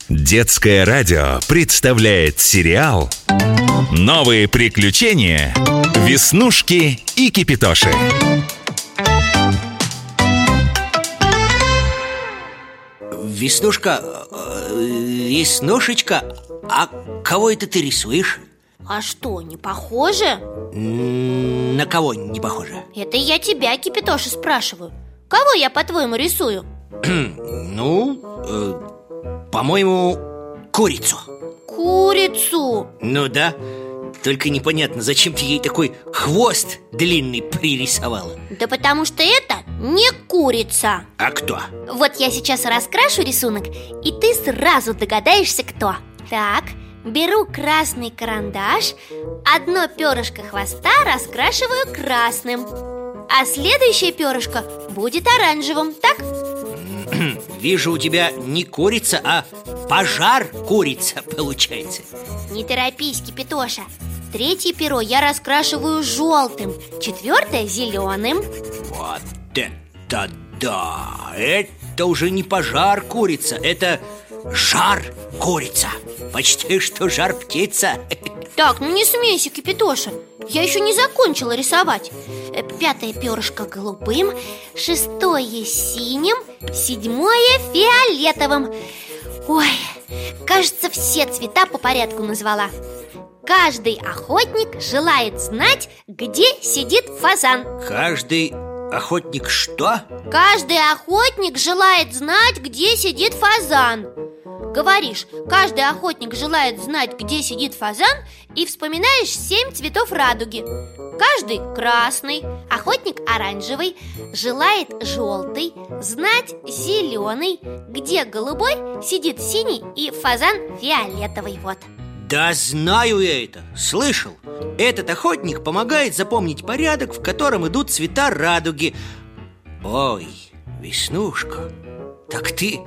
Детское радио представляет сериал «Новые приключения Веснушки и Кипитоши». Веснушечка, а кого это ты рисуешь? А что, не похоже? На кого не похоже? Это я тебя, Кипитоша, спрашиваю. Кого я, по-твоему, рисую? По-моему, курицу. Курицу? Ну да, только непонятно, зачем ты ей такой хвост длинный пририсовала? Да потому что это не курица. А кто? Вот я сейчас раскрашу рисунок, и ты сразу догадаешься, кто. Так, беру красный карандаш, одно перышко хвоста раскрашиваю красным, а следующее перышко будет оранжевым, так? Вижу, у тебя не курица, а пожар курица получается. Не торопись, Кипитоша. Третье перо я раскрашиваю желтым, четвертое зеленым. Вот это да! Это уже не пожар курица, это жар курица. Почти что жар птица. Так, ну не смейся, Кипитоша. Я еще не закончила рисовать. Пятое перышко голубым, шестое синим, седьмое фиолетовым. Ой, кажется, все цвета по порядку назвала. Каждый охотник желает знать, где сидит фазан. Каждый охотник что? Каждый охотник желает знать, где сидит фазан. Говоришь, каждый охотник желает знать, где сидит фазан, и вспоминаешь 7 цветов радуги. Каждый красный, охотник оранжевый, желает желтый, знать зеленый, где голубой сидит синий и фазан фиолетовый. Вот. Да знаю я это, слышал. Этот охотник помогает запомнить порядок, в котором идут цвета радуги. Ой, Веснушка, так ты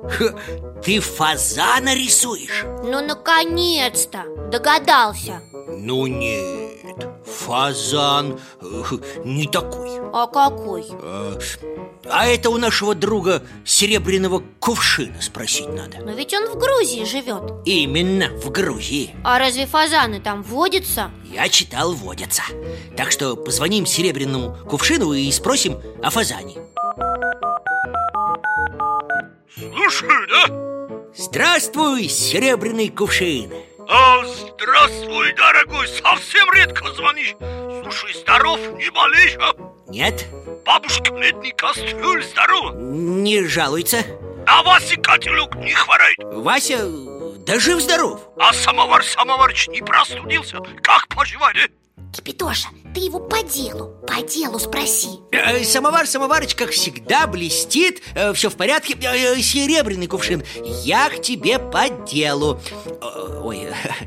фазана рисуешь? Ну, наконец-то догадался. Ну нет, фазан не такой. А какой? А это у нашего друга Серебряного Кувшина спросить надо. Но ведь он в Грузии живет. Именно, в Грузии. А разве фазаны там водятся? Я читал, водятся. Так что позвоним Серебряному Кувшину и спросим о фазане. Слушай, да? Здравствуй, Серебряный Кувшин. Здравствуй, дорогой, совсем редко звонишь. Слушай, здоров, не болеешь, а? Нет? Бабушка медный кастрюль, здорово? Не жалуется. А Вася котелок не хворает? Вася, да жив-здоров. А самоварыч не простудился? Как поживает, Кипитоша, ты его по делу спроси. Самоварыч, как всегда, блестит. Все в порядке. Серебряный Кувшин, я к тебе по делу. Ой,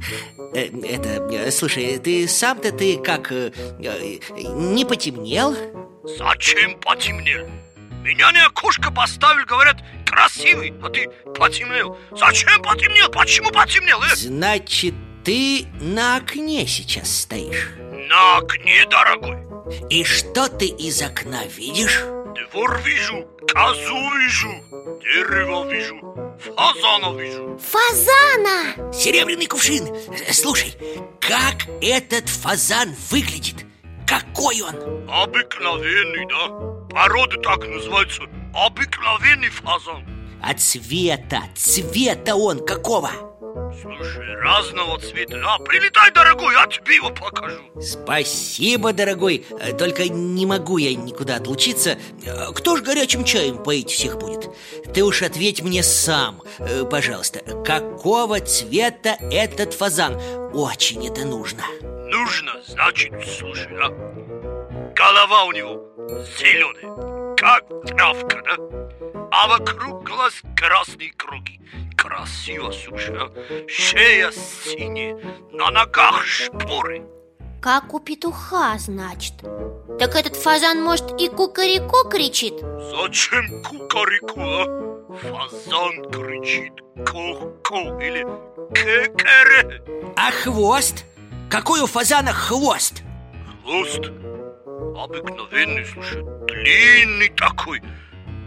слушай, ты сам-то как, не потемнел? Зачем потемнел? Меня не окошко поставили, говорят, красивый, а ты потемнел. Зачем потемнел? Почему потемнел, Значит, ты на окне сейчас стоишь? На окне, дорогой. И что ты из окна видишь? Двор вижу, козу вижу, дерево вижу, фазана вижу. Фазана! Серебряный Кувшин, слушай, как этот фазан выглядит? Какой он? Обыкновенный, да? Порода так называется. Обыкновенный фазан. А цвета он какого? Слушай, разного цвета. Прилетай, дорогой, я тебе его покажу. Спасибо, дорогой. Только не могу я никуда отлучиться. Кто ж горячим чаем поить всех будет? Ты уж ответь мне сам, пожалуйста. Какого цвета этот фазан? Очень это нужно. Нужно, значит, слушай, да? Голова у него зеленая, как травка, да? А вокруг глаз красные круги. Красиво, слушай, а? Шея синяя, на ногах шпоры. Как у петуха, значит. Так этот фазан, может, и кукареку кричит? Зачем кукареку, а? Фазан кричит ку-ку или ке-кере. А хвост? Какой у фазана хвост? Хвост обыкновенный, слушай, длинный такой.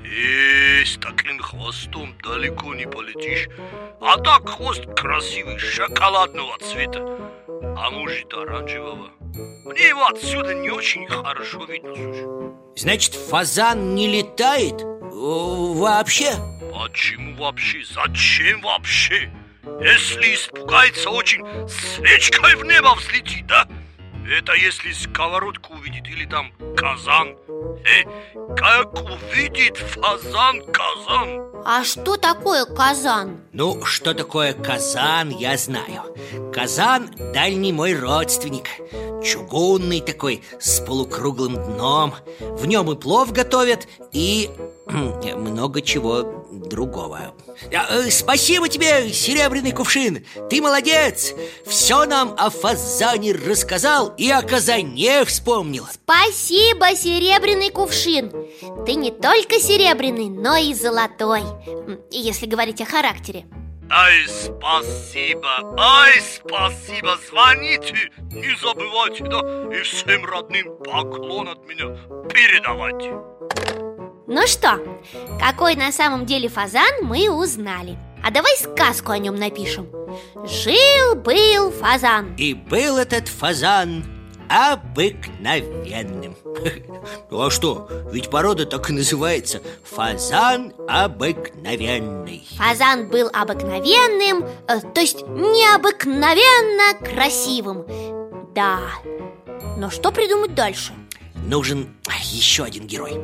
И с таким хвостом далеко не полетишь. А так хвост красивый, шоколадного цвета. А может, оранжевого. Мне его отсюда не очень хорошо видно, слушай. Значит, фазан не летает вообще? Почему вообще? Зачем вообще? Если испугается очень, свечкой в небо взлетит, да? Это если сковородку увидит или там казан. Как увидит фазан казан? А что такое казан? Ну, что такое казан, я знаю. Казан – дальний мой родственник. Чугунный такой, с полукруглым дном. В нем и плов готовят, и много чего другого. Спасибо тебе, серебряный кувшин. Ты молодец. Все нам о фазане рассказал и о казане вспомнил. Спасибо, серебряный кувшин. Ты не только серебряный, но и золотой, если говорить о характере. Ай, спасибо, звоните, не забывайте, да, и всем родным поклон от меня передавайте. Ну что, какой на самом деле фазан, мы узнали. А давай сказку о нем напишем. Жил-был фазан. И был этот фазан обыкновенным. А что, ведь порода так и называется – фазан обыкновенный. Фазан был обыкновенным, то есть необыкновенно красивым. Да, но что придумать дальше? Нужен еще один герой.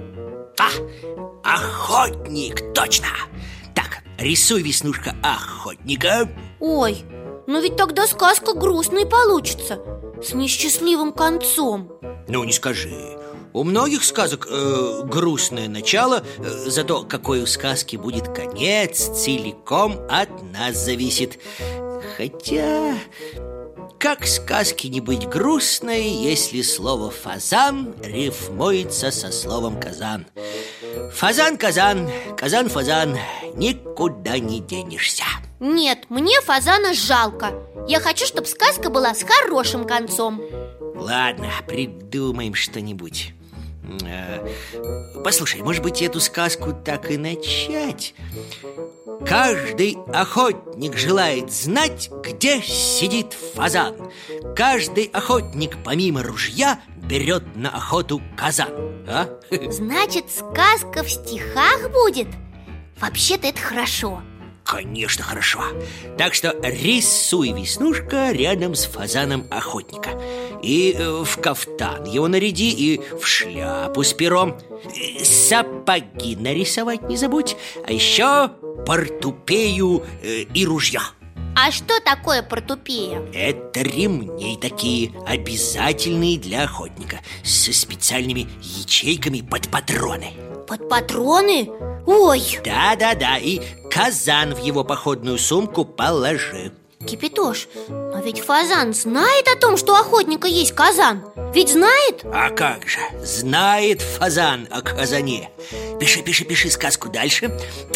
Охотник, точно. Так, рисуй, Веснушка, охотника. Ой, но ведь тогда сказка грустной получится, с несчастливым концом. Ну, не скажи. У многих сказок грустное начало, зато какой у сказки будет конец, целиком от нас зависит. Хотя, как сказке не быть грустной, если слово «фазан» рифмуется со словом «казан»? Фазан-казан, казан-фазан, никуда не денешься. Нет, мне фазана жалко. Я хочу, чтобы сказка была с хорошим концом. Ладно, придумаем что-нибудь. Послушай, может быть, эту сказку так и начать? Каждый охотник желает знать, где сидит фазан. Каждый охотник помимо ружья берет на охоту казан. Значит, сказка в стихах будет? Вообще-то это хорошо. Конечно, хорошо. Так что рисуй, Веснушка, рядом с фазаном охотника. И в кафтан его наряди, и в шляпу с пером. Сапоги нарисовать не забудь. А еще портупею и ружья. А что такое портупея? Это ремни такие, обязательные для охотника, со специальными ячейками под патроны. Под патроны? Ой! Да, и казан в его походную сумку положи. Кипятош, но ведь фазан знает о том, что у охотника есть казан? Ведь знает? А как же, знает фазан о казане. Пиши сказку дальше.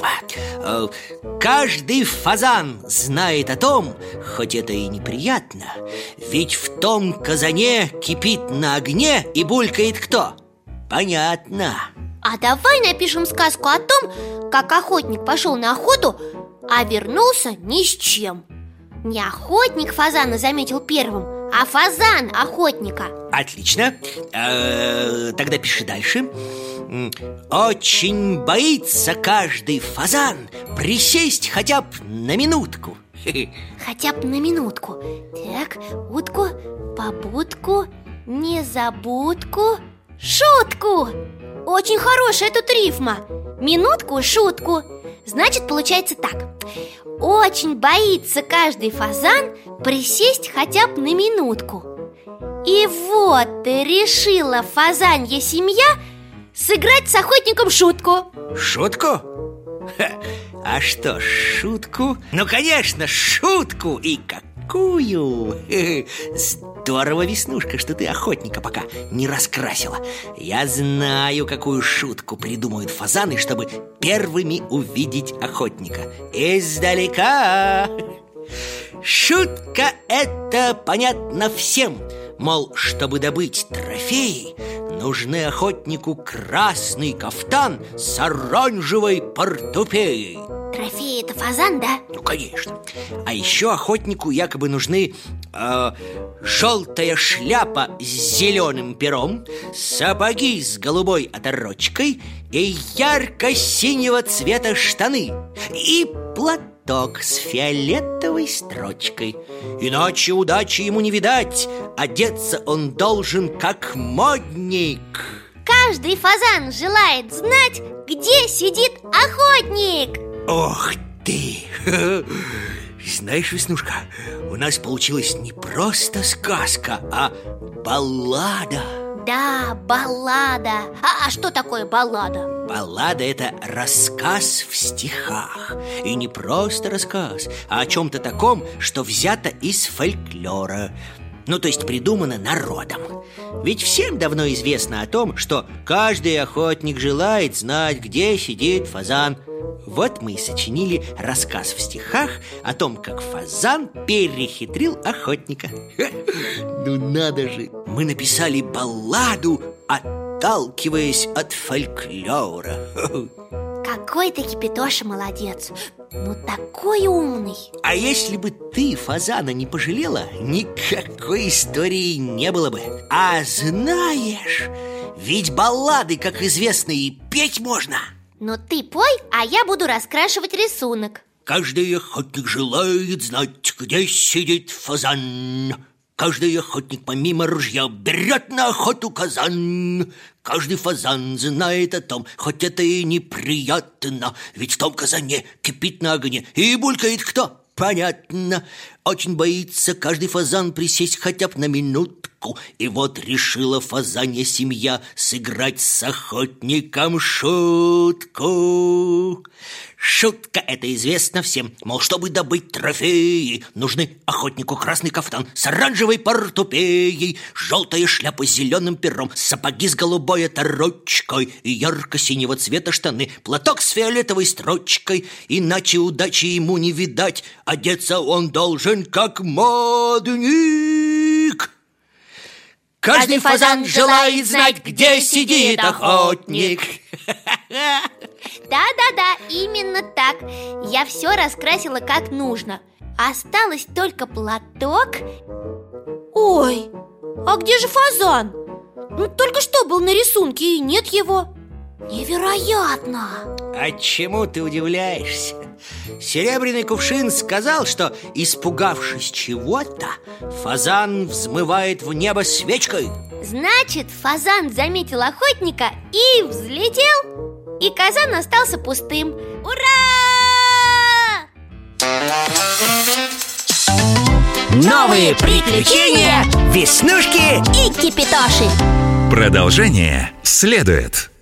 Каждый фазан знает о том, хоть это и неприятно, ведь в том казане кипит на огне и булькает кто? Понятно. А давай напишем сказку о том, как охотник пошел на охоту, а вернулся ни с чем. Не охотник фазана заметил первым, а фазан охотника. Отлично. Тогда пиши дальше. Очень боится каждый фазан присесть хотя бы на минутку. Хотя бы на минутку. Так, утку, побудку, незабудку, шутку. Очень хорошая тут рифма. Минутку, шутку. Значит, получается так. Очень боится каждый фазан присесть хотя бы на минутку. И вот решила фазанья семья сыграть с охотником шутку. Шутку? А что, шутку? Ну, конечно, шутку! И какую? Здорово, Веснушка, что ты охотника пока не раскрасила. Я знаю, какую шутку придумают фазаны, чтобы первыми увидеть охотника. Издалека. Шутка эта понятна всем. Мол, чтобы добыть трофеи, нужны охотнику красный кафтан с оранжевой портупеей. Трофей — это фазан, да? Ну, конечно. А еще охотнику якобы нужны желтая шляпа с зеленым пером, сапоги с голубой оторочкой и ярко-синего цвета штаны и платок с фиолетовой строчкой. Иначе удачи ему не видать. Одеться он должен как модник. Каждый фазан желает знать, где сидит охотник. Ох ты! Знаешь, Веснушка, у нас получилась не просто сказка, а баллада. Да, баллада. А что такое баллада? Баллада – это рассказ в стихах. И не просто рассказ, а о чем-то таком, что взято из фольклора. Ну, то есть придумано народом. Ведь всем давно известно о том, что каждый охотник желает знать, где сидит фазан. Вот мы и сочинили рассказ в стихах о том, как фазан перехитрил охотника. Ну надо же! Мы написали балладу, отталкиваясь от фольклора. Какой ты, Кипитоша, молодец. Ну, такой умный. А если бы ты фазана не пожалела, никакой истории не было бы. А знаешь, ведь баллады, как известно, и петь можно. Но ты пой, а я буду раскрашивать рисунок. Каждый охотник желает знать, где сидит фазан. Каждый охотник помимо ружья берет на охоту казан. Каждый фазан знает о том, хоть это и неприятно, ведь в том казане кипит на огне и булькает кто? Понятно. Очень боится каждый фазан присесть хотя бы на минутку. И вот решила фазанья семья сыграть с охотником шутку. Шутка эта известна всем, мол, чтобы добыть трофеи, нужны охотнику красный кафтан с оранжевой портупеей, желтая шляпа с зеленым пером, сапоги с голубой оторочкой и ярко-синего цвета штаны, платок с фиолетовой строчкой, иначе удачи ему не видать, одеться он должен как модник. Каждый фазан желает знать, где сидит охотник. Да-да-да, именно так. Я все раскрасила как нужно. Осталось только платок. Ой, а где же фазан? Ну, только что был на рисунке, и нет его. Невероятно! А чему ты удивляешься? Серебряный кувшин сказал, что, испугавшись чего-то, фазан взмывает в небо свечкой. Значит, фазан заметил охотника и взлетел, и казан остался пустым. Ура! Новые приключения Веснушки и Кипитоши. Продолжение следует.